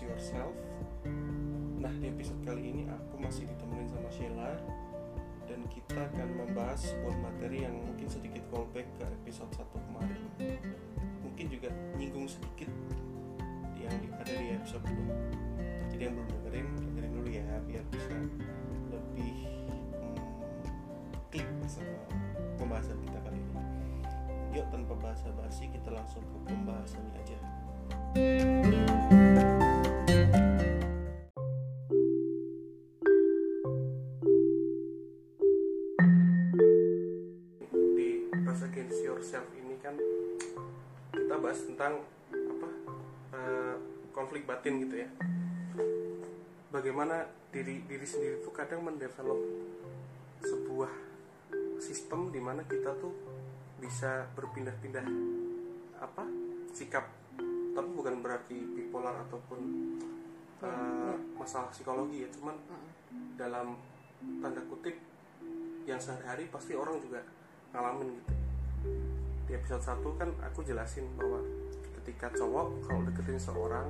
Yourself. Nah, di episode kali ini aku masih ditemenin sama Sheila, dan kita akan membahas sebuah materi yang mungkin sedikit callback ke episode 1 kemarin. Mungkin juga nyinggung sedikit yang ada di episode 2. Jadi yang belum dengerin dulu ya, biar bisa lebih klik sama pembahasan kita kali ini. Yuk, tanpa basa-basi kita langsung ke pembahasannya aja. Di Rise Against Yourself ini kan kita bahas tentang konflik batin gitu ya. Bagaimana diri sendiri tuh kadang mendevelop sebuah sistem di mana kita tuh bisa berpindah-pindah sikap, tapi bukan berarti bipolar ataupun masalah psikologi ya, cuman dalam tanda kutip yang sehari-hari pasti orang juga ngalamin gitu. Di episode 1 kan aku jelasin bahwa ketika cowok kalau deketin seorang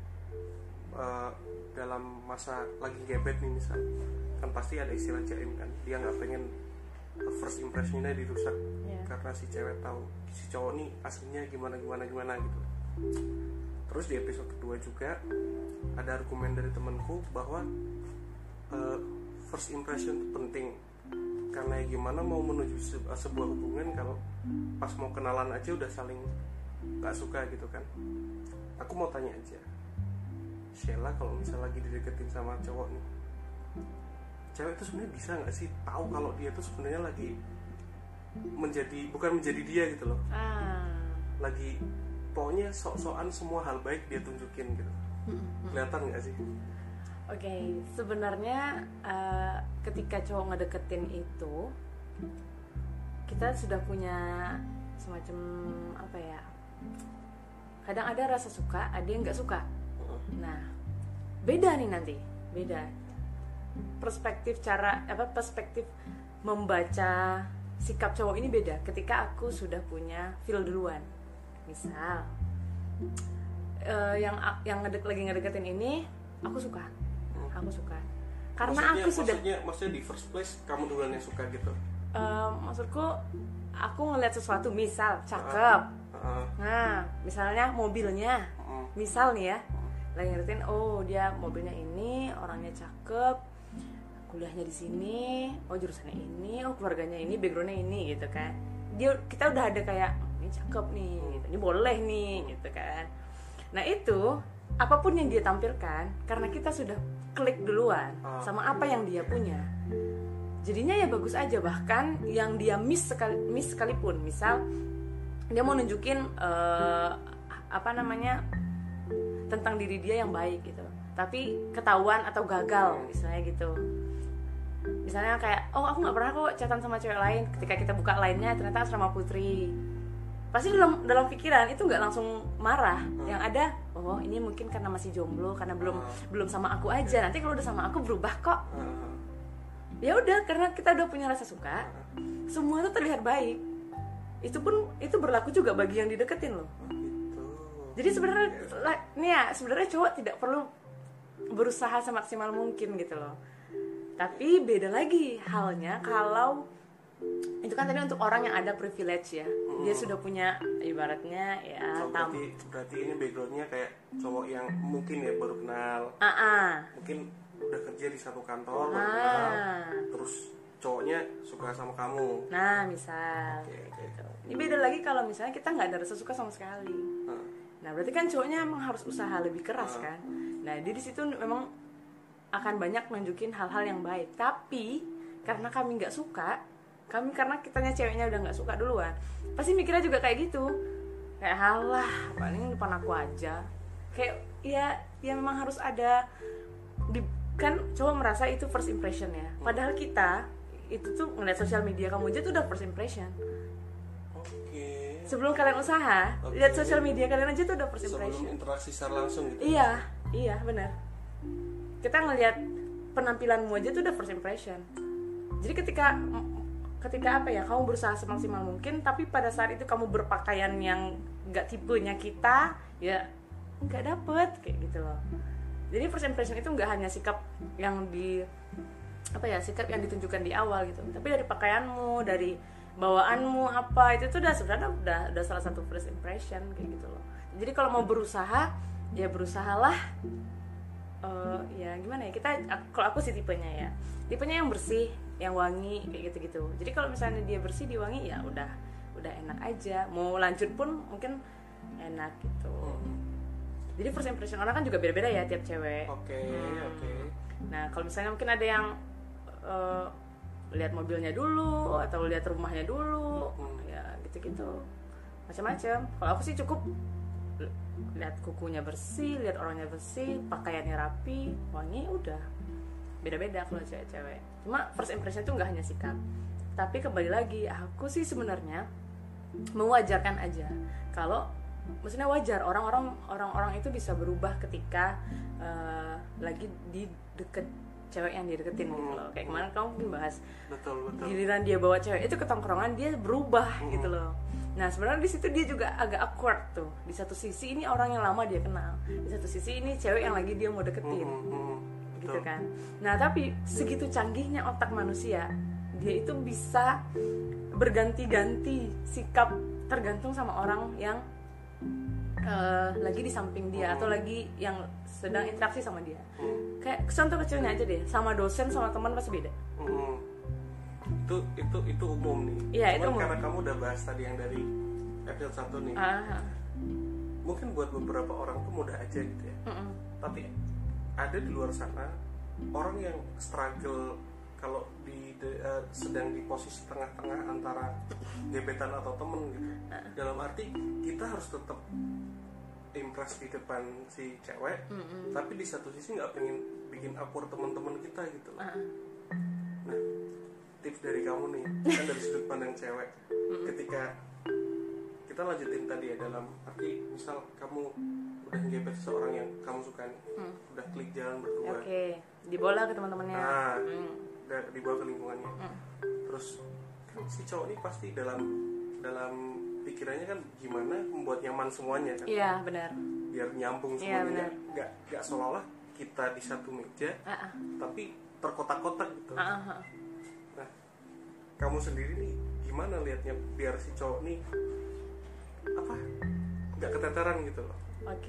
dalam masa lagi gebet nih misal, kan pasti ada istilah jaim kan, dia nggak pengen first impressionnya dirusak karena si cewek tahu si cowok nih aslinya gimana gitu. Terus di episode kedua juga ada argumen dari temanku bahwa first impression itu penting, karena gimana mau menuju sebuah hubungan kalau pas mau kenalan aja udah saling nggak suka gitu kan. Aku mau tanya aja, Sheila, kalau misalnya lagi dideketin sama cowok nih, cewek itu sebenarnya bisa nggak sih tahu kalau dia tuh sebenarnya lagi bukan menjadi dia gitu loh, lagi pokoknya sok-sokan semua hal baik dia tunjukin gitu, kelihatan nggak sih? Oke, sebenarnya ketika cowok ngedeketin itu, kita sudah punya semacam kadang ada rasa suka, ada yang nggak suka. Nah, beda nih nanti, beda perspektif membaca sikap cowok ini beda ketika aku sudah punya feel duluan. Misal yang lagi ngedeketin ini aku suka karena maksudnya di first place kamu duluan yang suka gitu. Maksudku aku ngeliat sesuatu, misal cakep. Nah, misalnya mobilnya, misal nih ya, lagi ngertiin, oh dia mobilnya ini, orangnya cakep, kuliahnya di sini, oh jurusannya ini, oh keluarganya ini, backgroundnya ini gitu kan. Kita udah ada kayak ini cakep nih, gitu. Ini boleh nih gitu kan. Nah itu apapun yang dia tampilkan, karena kita sudah klik duluan sama apa yang dia punya, jadinya ya bagus aja. Bahkan yang dia miss sekalipun, misal dia mau nunjukin tentang diri dia yang baik gitu, tapi ketahuan atau gagal misalnya gitu. Misalnya kayak, oh aku nggak pernah kok chatan sama cewek lain, ketika kita buka lainnya ternyata asrama putri, pasti dalam pikiran itu nggak langsung marah. Yang ada, oh ini mungkin karena masih jomblo, karena belum sama aku aja, nanti kalau udah sama aku berubah kok. Ya udah, karena kita udah punya rasa suka, semua itu terlihat baik. Itu berlaku juga bagi yang dideketin loh. Jadi sebenarnya cowok tidak perlu berusaha semaksimal mungkin gitu loh. Tapi beda lagi halnya kalau itu kan tadi untuk orang yang ada privilege ya. Dia sudah punya ibaratnya ya. Berarti ini backgroundnya kayak cowok yang mungkin ya baru kenal. Mungkin udah kerja di satu kantor baru kenal. Terus cowoknya suka sama kamu. Nah, misal. Gitu. Ini beda lagi kalau misalnya kita nggak ada rasa suka sama sekali. Nah, berarti kan cowoknya emang harus usaha lebih keras kan. Nah, di situ memang akan banyak nunjukin hal-hal yang baik. Tapi karena kami nggak suka, karena kitanya ceweknya udah nggak suka duluan, pasti mikirnya juga kayak gitu. Kayak halah, paling depan aku aja. Kayak ya memang harus ada kan cowok merasa itu first impression ya. Padahal kita itu tuh ngeliat sosial media kamu aja tuh udah first impression. Sebelum kalian usaha, lihat sosial media kalian aja tuh udah first impression. Sebelum interaksi secara langsung gitu. Iya, benar. Kita ngelihat penampilanmu aja tuh udah first impression. Jadi ketika kamu berusaha semaksimal mungkin, tapi pada saat itu kamu berpakaian yang nggak tipenya kita, ya nggak dapet kayak gitu loh. Jadi first impression itu nggak hanya sikap yang sikap yang ditunjukkan di awal gitu, tapi dari pakaianmu, dari bawaanmu apa, itu tuh udah sebenarnya udah salah satu first impression kayak gitu loh. Jadi kalau mau berusaha, ya berusahalah ya gimana ya, kalau aku sih tipenya yang bersih, yang wangi kayak gitu-gitu. Jadi kalau misalnya dia bersih, dia wangi, ya udah enak aja, mau lanjut pun mungkin enak gitu. Jadi first impression orang kan juga beda-beda ya tiap cewek. Oke. Nah kalau misalnya mungkin ada yang lihat mobilnya dulu atau lihat rumahnya dulu, ya gitu-gitu, macam-macam. Kalau aku sih cukup lihat kukunya bersih, lihat orangnya bersih, pakaiannya rapi, wangi, udah. Beda-beda kalau cewek-cewek. Cuma first impression itu nggak hanya sikap, tapi kembali lagi aku sih sebenarnya mewajarkan aja. Kalau maksudnya wajar orang-orang itu bisa berubah ketika lagi di deket cewek yang dideketin gitu loh. Kayak kemarin kamu mungkin bahas, betul. giliran dia bawa cewek itu ke tongkrongan, dia berubah gitu loh. Nah sebenarnya di situ dia juga agak awkward tuh. Di satu sisi ini orang yang lama dia kenal, di satu sisi ini cewek yang lagi dia mau deketin, gitu kan. Nah tapi segitu canggihnya otak manusia, dia itu bisa berganti-ganti sikap tergantung sama orang yang lagi di samping dia atau lagi yang sedang interaksi sama dia. Kayak contoh kecilnya aja deh, sama dosen sama teman pasti beda. Itu umum nih. Iya, itu umum. Karena kamu udah bahas tadi yang dari episode 1 nih. Mungkin buat beberapa orang tuh mudah aja gitu ya. Tapi ada di luar sana orang yang struggle kalau sedang di posisi tengah-tengah antara gebetan atau temen gitu. Dalam arti kita harus tetap impress di depan si cewek, tapi di satu sisi nggak pengen bikin awkward teman-teman kita gitu. Nah, tips dari kamu nih, kan dari sudut pandang cewek, ketika kita lanjutin tadi ya, dalam arti misal kamu udah ngebet seseorang yang kamu suka nih, udah klik jalan berdua, dibawa ke teman-temannya, udah dibawa ke lingkungannya, terus kan si cowok ini pasti dalam pikirannya kan gimana membuat nyaman semuanya kan. Iya benar, biar nyambung semuanya, nggak seolah-olah kita di satu meja tapi terkotak-kotak gitu. Nah kamu sendiri nih gimana liatnya biar si cowok nih nggak keteteran gitu loh?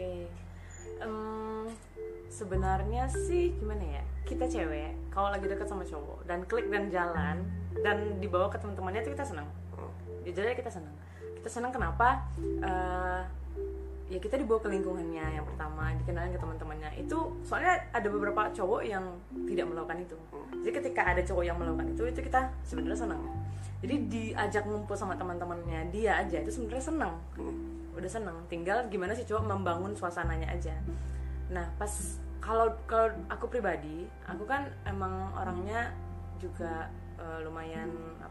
Sebenarnya sih gimana ya, kita cewek kalau lagi dekat sama cowok dan klik dan jalan dan dibawa ke teman-temannya itu kita senang. Jujur aja kita senang kenapa? Ya kita dibawa ke lingkungannya yang pertama, dikenalin ke teman-temannya. Itu soalnya ada beberapa cowok yang tidak melakukan itu. Jadi ketika ada cowok yang melakukan itu kita sebenarnya senang. Jadi diajak ngumpul sama teman-temannya dia aja itu sebenarnya senang. Udah senang, tinggal gimana sih cowok membangun suasananya aja. Nah pas kalau aku pribadi, aku kan emang orangnya juga lumayan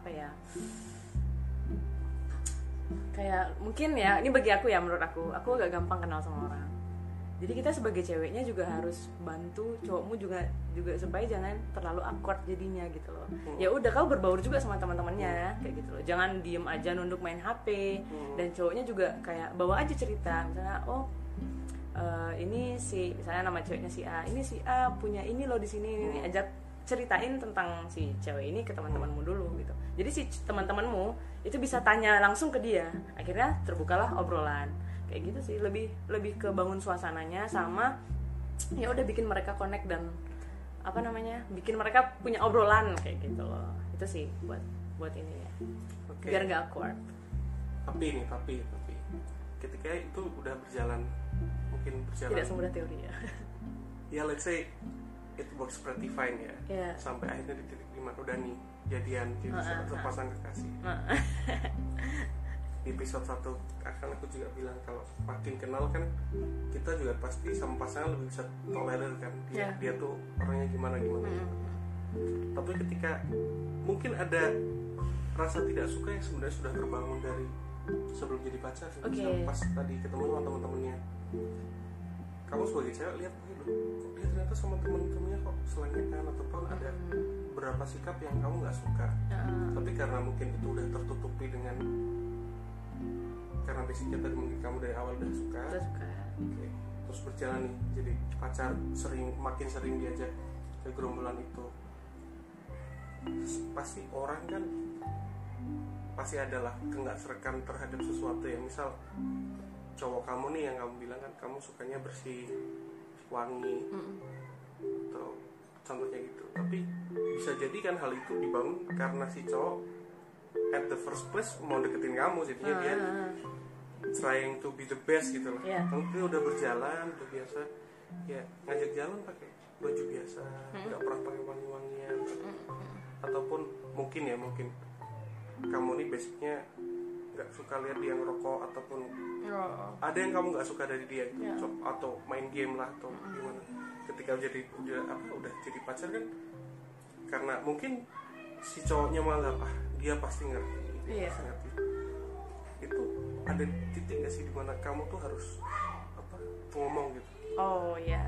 kayak mungkin ya, ini bagi aku ya, menurut aku agak gampang kenal sama orang. Jadi kita sebagai ceweknya juga harus bantu cowokmu juga supaya jangan terlalu awkward jadinya gitu loh. Ya udah, kau berbaur juga sama teman-temannya kayak gitu loh. Jangan diem aja nunduk main HP. Dan cowoknya juga kayak bawa aja cerita, misalnya ini misalnya nama ceweknya si A, ini si A punya ini loh di sini, ini ajak ceritain tentang si cewek ini ke teman-temanmu dulu gitu. Jadi si teman-temanmu itu bisa tanya langsung ke dia, akhirnya terbukalah obrolan kayak gitu sih. Lebih ke bangun suasananya, sama ya udah bikin mereka connect dan bikin mereka punya obrolan kayak gitu loh. Itu sih buat ini ya, biar nggak awkward. Tapi ketika itu udah berjalan tidak semudah teori ya. Ya let's say it works pretty fine ya. Sampai akhirnya di titik dimana udah nih jadian, jadi sepasang kekasih. Di episode 1 akan aku juga bilang kalau makin kenal kan kita juga pasti sama pasangan lebih bisa toleran kan dia tuh orangnya gimana. Tapi ketika mungkin ada rasa tidak suka yang sebenarnya sudah terbangun dari sebelum jadi pacar, pas tadi ketemu sama teman-temannya, kamu sebagai cewek lihat gitu, kok dia ternyata sama teman-temannya kok selengean ataupun ada beberapa sikap yang kamu nggak suka. Tapi karena mungkin itu udah tertutupi dengan karena basicnya tadi mungkin kamu dari awal udah suka. terus berjalan nih jadi pacar, makin sering diajak ke gerombolan itu, pasti orang kan pasti adalah keserakahan terhadap sesuatu ya. Misal cowok kamu nih yang kamu bilang kan kamu sukanya bersih, wangi, atau contohnya gitu. Tapi bisa jadi kan hal itu dibangun karena si cowok at the first place mau deketin kamu, jadinya dia trying to be the best gitu loh. Kamu udah berjalan, udah biasa ya ngajak jalan pakai baju biasa, nggak pernah pakai wangi-wangian, ataupun mungkin kamu nih basicnya nggak suka lihat dia ngerokok, ataupun ada yang kamu nggak suka dari dia gitu. Atau main game lah atau gimana. Ketika udah jadi pacar kan, karena mungkin si cowoknya menganggap dia pasti ngerti, pasti ngerti. Itu ada titik nggak sih dimana kamu tuh harus ngomong gitu? Oh ya,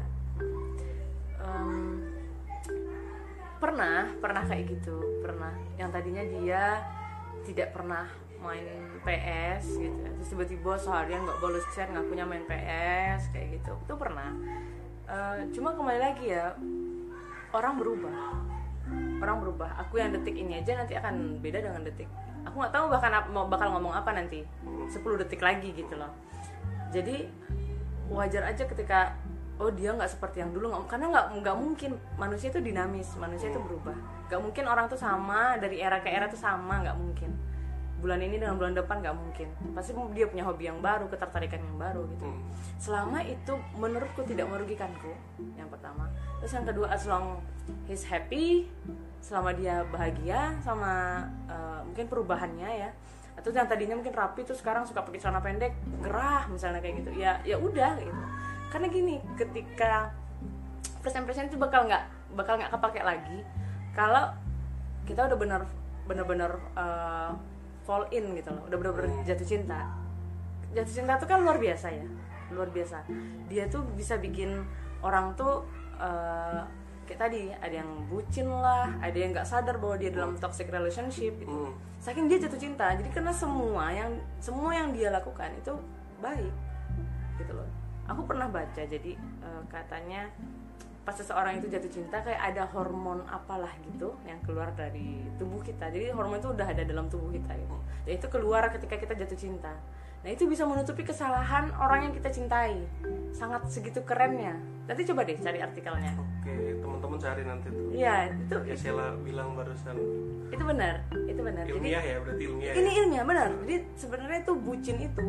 pernah kayak gitu, pernah. Yang tadinya dia tidak pernah main PS gitu, terus tiba-tiba seharian nggak balas chat, ngakunya main PS kayak gitu. Itu pernah. Cuma kembali lagi ya, orang berubah. Aku yang detik ini aja nanti akan beda dengan detik. Aku nggak tahu bakal ngomong apa nanti 10 detik lagi gitu loh. Jadi wajar aja ketika dia nggak seperti yang dulu, karena nggak mungkin, manusia itu dinamis, manusia itu berubah. Nggak mungkin orang tuh sama dari era ke era tuh sama, nggak mungkin. Bulan ini dengan bulan depan nggak mungkin. Pasti dia punya hobi yang baru, ketertarikan yang baru gitu. Selama itu menurutku tidak merugikanku, yang pertama. Terus yang kedua, as long he's happy, selama dia bahagia sama mungkin perubahannya ya. Atau yang tadinya mungkin rapi tuh sekarang suka pakai celana pendek, gerah misalnya kayak gitu. Ya udah gitu. Karena gini, ketika first impression itu bakal nggak kepake lagi kalau kita udah benar-benar fall in gitu loh, udah benar-benar jatuh cinta tuh kan luar biasa ya, luar biasa. Dia tuh bisa bikin orang tuh kayak tadi, ada yang bucin lah, ada yang nggak sadar bahwa dia dalam toxic relationship gitu. Saking dia jatuh cinta, jadi karena semua yang dia lakukan itu baik gitu loh. Aku pernah baca, jadi katanya pas seseorang itu jatuh cinta kayak ada hormon apalah gitu yang keluar dari tubuh kita. Jadi hormon itu udah ada dalam tubuh kita gitu. Dan itu keluar ketika kita jatuh cinta. Nah itu bisa menutupi kesalahan orang yang kita cintai. Sangat segitu kerennya. Nanti coba deh cari artikelnya. Oke, teman-teman cari nanti tuh. Iya, itu. Ya Sheila bilang barusan. Itu benar. Ilmiah ya, berarti ilmiah. Ini ilmiah benar. Jadi sebenarnya itu bucin itu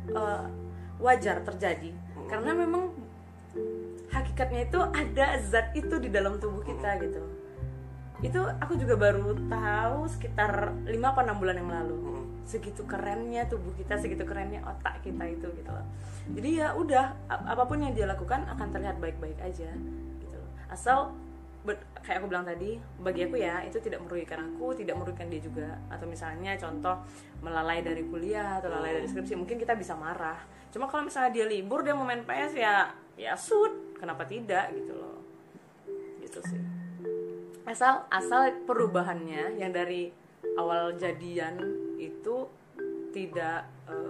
wajar terjadi. Karena memang hakikatnya itu ada zat itu di dalam tubuh kita gitu. Itu aku juga baru tahu sekitar 5-6 bulan yang lalu. Segitu kerennya tubuh kita, segitu kerennya otak kita itu gitu loh. Jadi ya udah, apapun yang dia lakukan akan terlihat baik-baik aja gitu loh. Asal kayak aku bilang tadi, bagi aku ya itu tidak merugikan aku, tidak merugikan dia juga. Atau misalnya contoh melalai dari kuliah atau lalai dari skripsi, mungkin kita bisa marah. Cuma kalau misalnya dia libur, dia mau main PS ya shoot, kenapa tidak gitu loh. Gitu sih. Asal perubahannya yang dari awal jadian itu tidak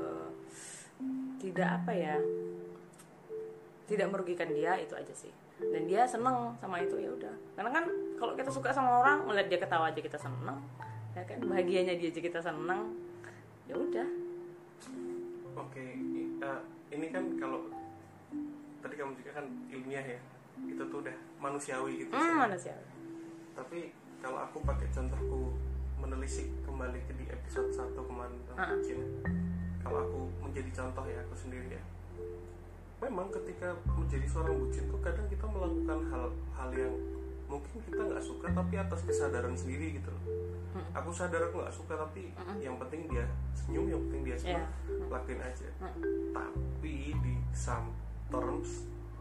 tidak merugikan dia, itu aja sih. Dan dia seneng sama itu, ya udah. Karena kan kalau kita suka sama orang, melihat dia ketawa aja kita seneng, ya kan, bahagianya dia aja kita seneng, ya udah. Oke, ini kan kalau tadi kamu juga kan ilmiah ya, itu tuh udah manusiawi gitu. Manusiawi. Tapi kalau aku pakai contohku menelisik kembali ke di episode 1 kemarin tentang bucin, kalau aku menjadi contoh ya, aku sendiri ya, memang ketika menjadi seorang bucin tuh kadang kita melakukan hal yang mungkin kita nggak suka tapi atas kesadaran sendiri gitu loh. Aku sadar aku nggak suka, tapi yang penting dia senyum, yang penting dia senang, lakuin aja. Tapi di some terms,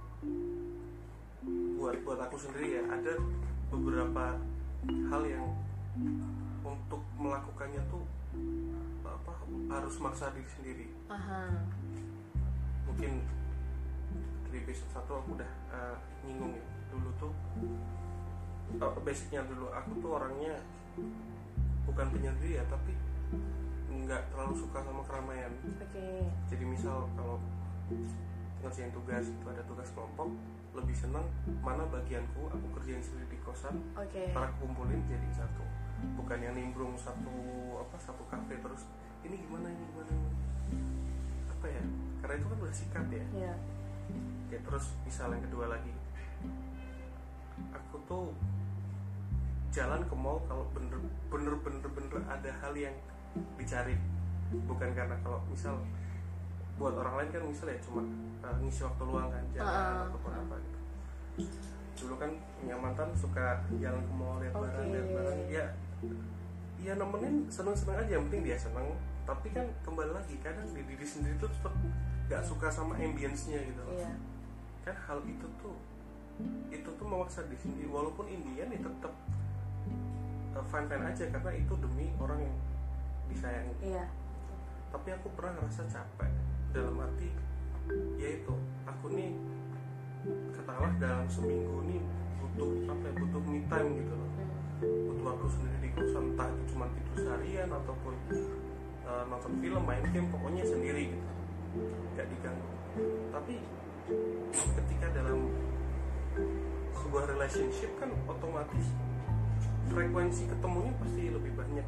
buat aku sendiri ya, ada beberapa hal yang untuk melakukannya tuh harus maksa diri sendiri. Mungkin di episode 1 aku udah nyinggung ya, dulu tuh basicnya dulu aku tuh orangnya bukan penyendiri ya, tapi nggak terlalu suka sama keramaian. Okay. Jadi misal kalau ngerjain tugas itu ada tugas kelompok, lebih seneng mana bagianku aku kerjain sendiri di kosan, ntar aku kumpulin jadi satu, bukan yang nimbrung satu kafe terus ini gimana apa ya, karena itu kan udah sikat ya. Ya terus misal yang kedua lagi, aku tuh jalan ke mall kalau bener ada hal yang dicari, bukan karena kalau misal buat orang lain kan misal ya cuma ngisi waktu luang kan, jalan ataupun apa gitu. Dulu kan punya mantan suka jalan ke mall lihat barang ya nemenin seneng aja, yang penting dia seneng. Tapi kan kembali lagi kadang di diri sendiri tuh tetap gak suka sama ambience-nya gitu loh. Kan hal itu tuh memaksa di sini, walaupun Indian ya tetap fine aja karena itu demi orang yang disayangi. Tapi aku pernah ngerasa capek dalam arti yaitu aku nih katakanlah dalam seminggu nih butuh me time gitu loh, butuh waktu sendiri di kosan, entah itu cuma tidur seharian ataupun nonton film, main game, pokoknya sendiri gitu, gak diganggu. Tapi ketika dalam sebuah relationship kan otomatis frekuensi ketemunya pasti lebih banyak.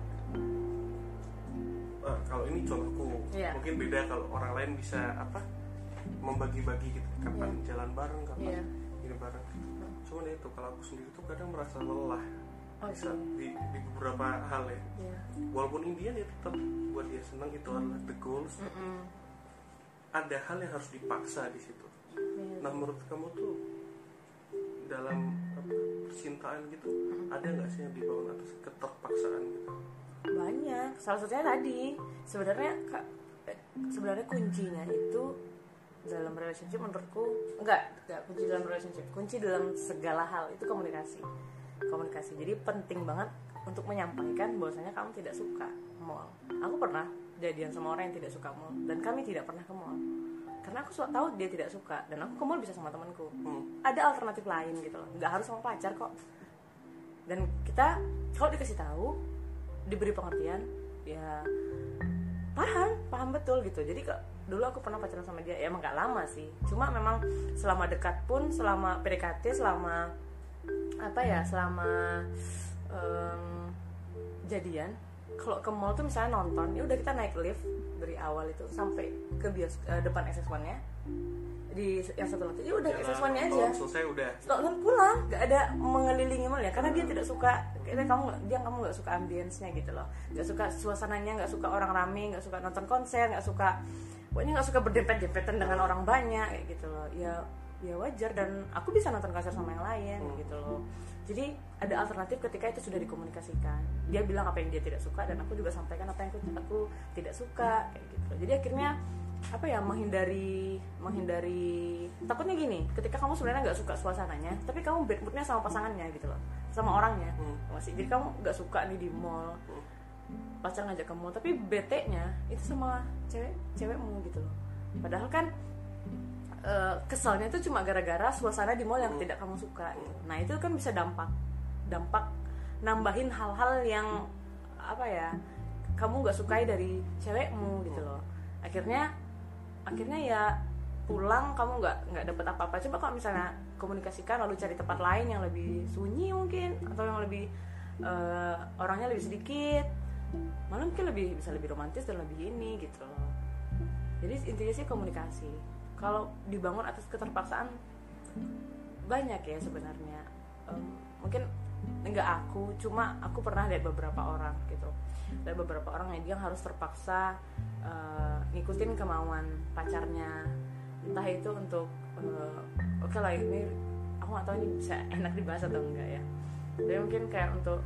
Kalau ini contohku, mungkin beda kalau orang lain bisa membagi-bagi gitu, kapan jalan bareng, kapan ini bareng. Cuman itu kalau aku sendiri tuh kadang merasa lelah di beberapa hal ya. Walaupun Indian ya tetap buat dia senang, itu adalah the goals. Ada hal yang harus dipaksa di situ. Nah menurut kamu tuh dalam percintaan gitu ada nggak sih yang dibangun atas keterpaksaan gitu? Banyak. Salah satunya tadi sebenarnya kuncinya itu dalam relationship menurutku enggak kunci dalam relationship, kunci dalam segala hal itu komunikasi. Jadi penting banget untuk menyampaikan bahwasanya kamu tidak suka mall. Aku pernah jadian sama orang yang tidak suka mall dan kami tidak pernah ke mall karena aku tahu dia tidak suka, dan aku ke mall bisa sama temanku. Ada alternatif lain gitu loh, nggak harus sama pacar kok. Dan kita kalau dikasih tahu, diberi pengertian, ya paham betul gitu. Jadi dulu aku pernah pacaran sama dia, ya emang gak lama sih, cuma memang selama dekat pun, selama PDKT, selama jadian, kalau ke mall tuh misalnya nonton, ya udah kita naik lift dari awal itu sampai ke depan SS1-nya di yang satu lantai, ya udah SS1-nya aja, selesai udah nonton pulang, gak ada mengelilingi mall ya, karena dia tidak suka, kamu gak suka ambience-nya gitu loh, gak suka suasananya, gak suka orang rame, gak suka nonton konser, pokoknya gak suka berdempet-dempetan dengan orang banyak kayak gitu loh. Ya wajar, dan aku bisa nonton konser sama yang lain gitu loh. Jadi ada alternatif ketika itu sudah dikomunikasikan. Dia bilang apa yang dia tidak suka, dan aku juga sampaikan apa yang aku tidak suka kayak gitu. Jadi akhirnya menghindari takutnya gini, ketika kamu sebenarnya nggak suka suasananya, tapi kamu bad moodnya sama pasangannya gitu loh, sama orangnya masih. Jadi kamu nggak suka nih di mall, pacar ngajak ke mall, tapi bete-nya itu sama cewekmu gitu loh. Padahal kan keselnya itu cuma gara-gara suasana di mall yang tidak kamu suka gitu. Nah itu kan bisa dampak nambahin hal-hal yang kamu nggak sukai dari cewekmu gitu loh. Akhirnya ya pulang kamu nggak dapet apa-apa. Coba kalau misalnya komunikasikan lalu cari tempat lain yang lebih sunyi mungkin, atau yang lebih orangnya lebih sedikit, malah mungkin bisa lebih romantis dan lebih ini gitu loh. Jadi intinya sih komunikasi. Kalau dibangun atas keterpaksaan banyak ya sebenarnya. Mungkin enggak cuma aku pernah lihat beberapa orang gitu. Ada beberapa orang yang dia harus terpaksa ngikutin kemauan pacarnya, entah itu untuk oke lah, ini aku nggak tahu ini bisa enak dibahas atau enggak ya. Jadi mungkin kayak untuk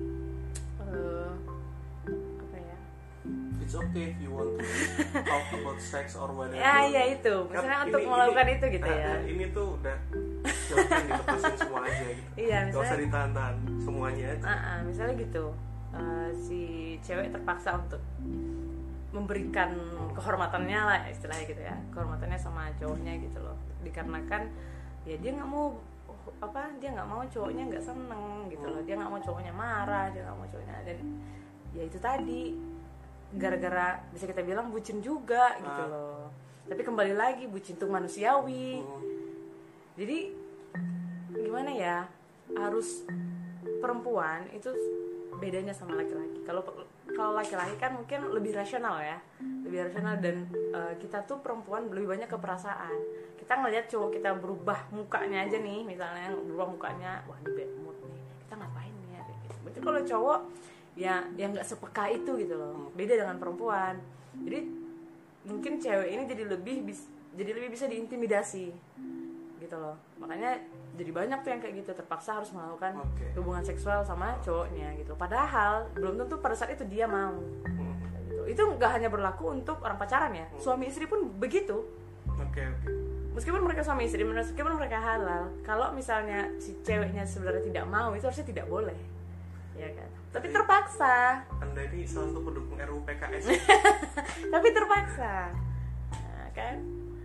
it's okay if you want to talk about sex or whatever. Ya itu, misalnya untuk melakukan itu gitu ya. Ini tuh udah silahkan dilepasin semua aja gitu. Iya, misalnya, gak usah ditahan-tahan, semuanya aja. Misalnya gitu, si cewek terpaksa untuk memberikan kehormatannya lah istilahnya gitu ya, kehormatannya sama cowoknya gitu loh, dikarenakan ya dia nggak mau cowoknya nggak seneng gitu loh, dia nggak mau cowoknya marah, dia nggak mau cowoknya, dan ya itu tadi gara-gara bisa kita bilang bucin juga gitu loh. Tapi kembali lagi bucin tuh manusiawi. Jadi gimana ya, harus perempuan itu bedanya sama laki-laki. Kalau laki-laki kan mungkin lebih rasional ya, lebih rasional, dan kita tuh perempuan lebih banyak ke perasaan. Kita ngelihat cowok kita berubah mukanya aja nih, misalnya berubah mukanya, wah ini bad mood nih, kita ngapain nih ya kayak gitu. Berarti kalau cowok ya yang nggak sepeka itu gitu loh, beda dengan perempuan. Jadi mungkin cewek ini jadi lebih bisa diintimidasi gitu loh. Makanya jadi banyak tuh yang kayak gitu, terpaksa harus melakukan hubungan seksual sama cowoknya gitu. Padahal belum tentu pada saat itu dia mau. Gitu. Itu nggak hanya berlaku untuk orang pacaran ya, suami istri pun begitu. Meskipun mereka suami istri, meskipun mereka halal, kalau misalnya si ceweknya sebenarnya tidak mau, itu harusnya tidak boleh, ya kan? Tapi terpaksa. Anda ini salah satu pendukung RUU PKS. Tapi terpaksa, nah, kan?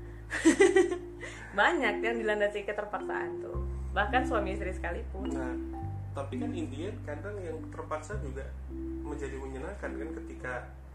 Banyak yang dilandasi keterpaksaan tuh, bahkan suami istri sekalipun. Nah, tapi kan Indian kadang yang terpaksa juga menjadi menyenangkan kan, ketika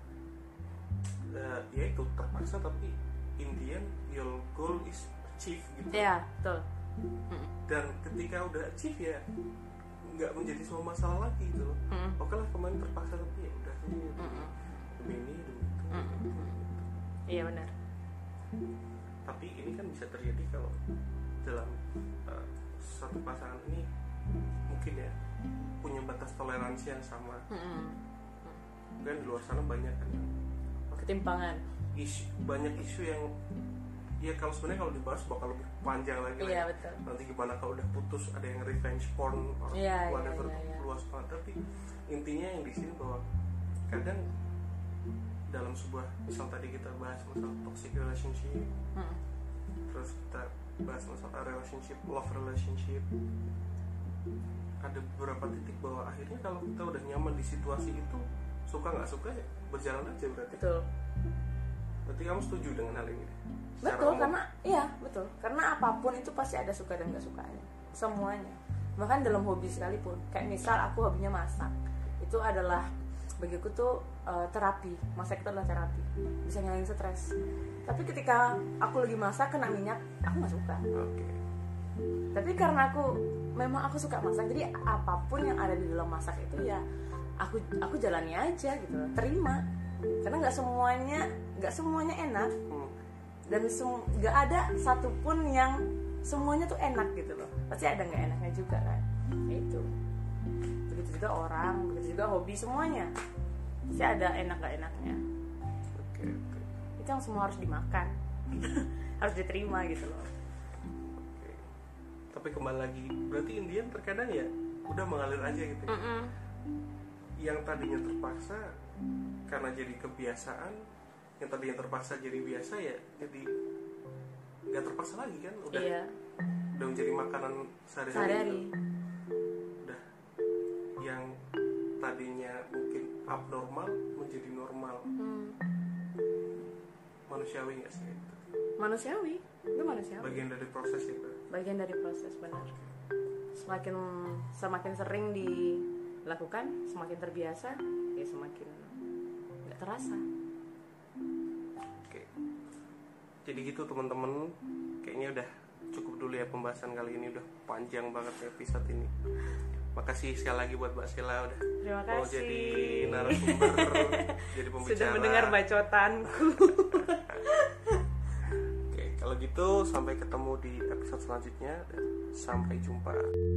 ya itu terpaksa tapi Indian your goal is achieve gitu. Iya, betul. Dan ketika udah achieve ya nggak menjadi sebuah masalah lagi gitu loh. Oke lah, kemarin terpaksa tapi ya udah demi ini demi itu. Iya benar. Tapi ini kan bisa terjadi kalau dalam satu pasangan ini mungkin ya punya batas toleransi yang sama. Kan di luar sana banyak kan ketimpangan, banyak isu yang ya kalau sebenarnya kalau dibahas bakal lebih panjang lagi. Iya, betul. Nanti gimana kalau udah putus, ada yang revenge porn or whatever, luas banget. Tapi intinya yang di sini bahwa kadang dalam sebuah, misal tadi kita bahas masalah toxic relationship, terus kita bahas masalah relationship, love relationship, ada beberapa titik bahwa akhirnya kalau kita udah nyaman di situasi itu, suka nggak suka ya berjalan aja berarti. Betul. Berarti kamu setuju dengan hal ini? Betul, karena apapun itu pasti ada suka dan nggak sukanya, semuanya. Bahkan dalam hobi sekalipun, kayak misal aku hobinya masak, itu adalah bagiku tuh terapi. Masak itu adalah terapi, bisa ngilangin stres. Tapi ketika aku lagi masak kena minyak, aku nggak suka. Tapi karena aku suka masak, jadi apapun yang ada di dalam masak itu ya aku jalani aja gitu loh, terima. Karena nggak semuanya enak, dan nggak ada satupun yang semuanya tuh enak gitu loh. Pasti ada nggak enaknya juga kan. Itu begitu juga orang, begitu juga hobi, semuanya pasti ada enak nggak enaknya. Itu yang semua harus dimakan. Harus diterima gitu loh. Tapi kembali lagi, berarti Indian terkadang ya udah mengalir aja gitu ya. Yang tadinya terpaksa karena jadi kebiasaan, yang tadinya terpaksa jadi biasa ya jadi nggak terpaksa lagi kan, udah menjadi makanan sehari-hari. Udah yang tadinya mungkin abnormal menjadi normal. Manusiawi nggak sih itu? Manusiawi. Bagian dari proses itu. Bagian dari proses, benar. Semakin sering dilakukan, semakin terbiasa, ya semakin nggak terasa. Jadi gitu teman-teman, kayaknya udah cukup dulu ya pembahasan kali ini, udah panjang banget episode ini. Makasih sekali lagi buat Mbak Sheila udah mau jadi narasumber, jadi pembicara. Sudah mendengar bacotanku. Oke, kalau gitu sampai ketemu di episode selanjutnya dan sampai jumpa.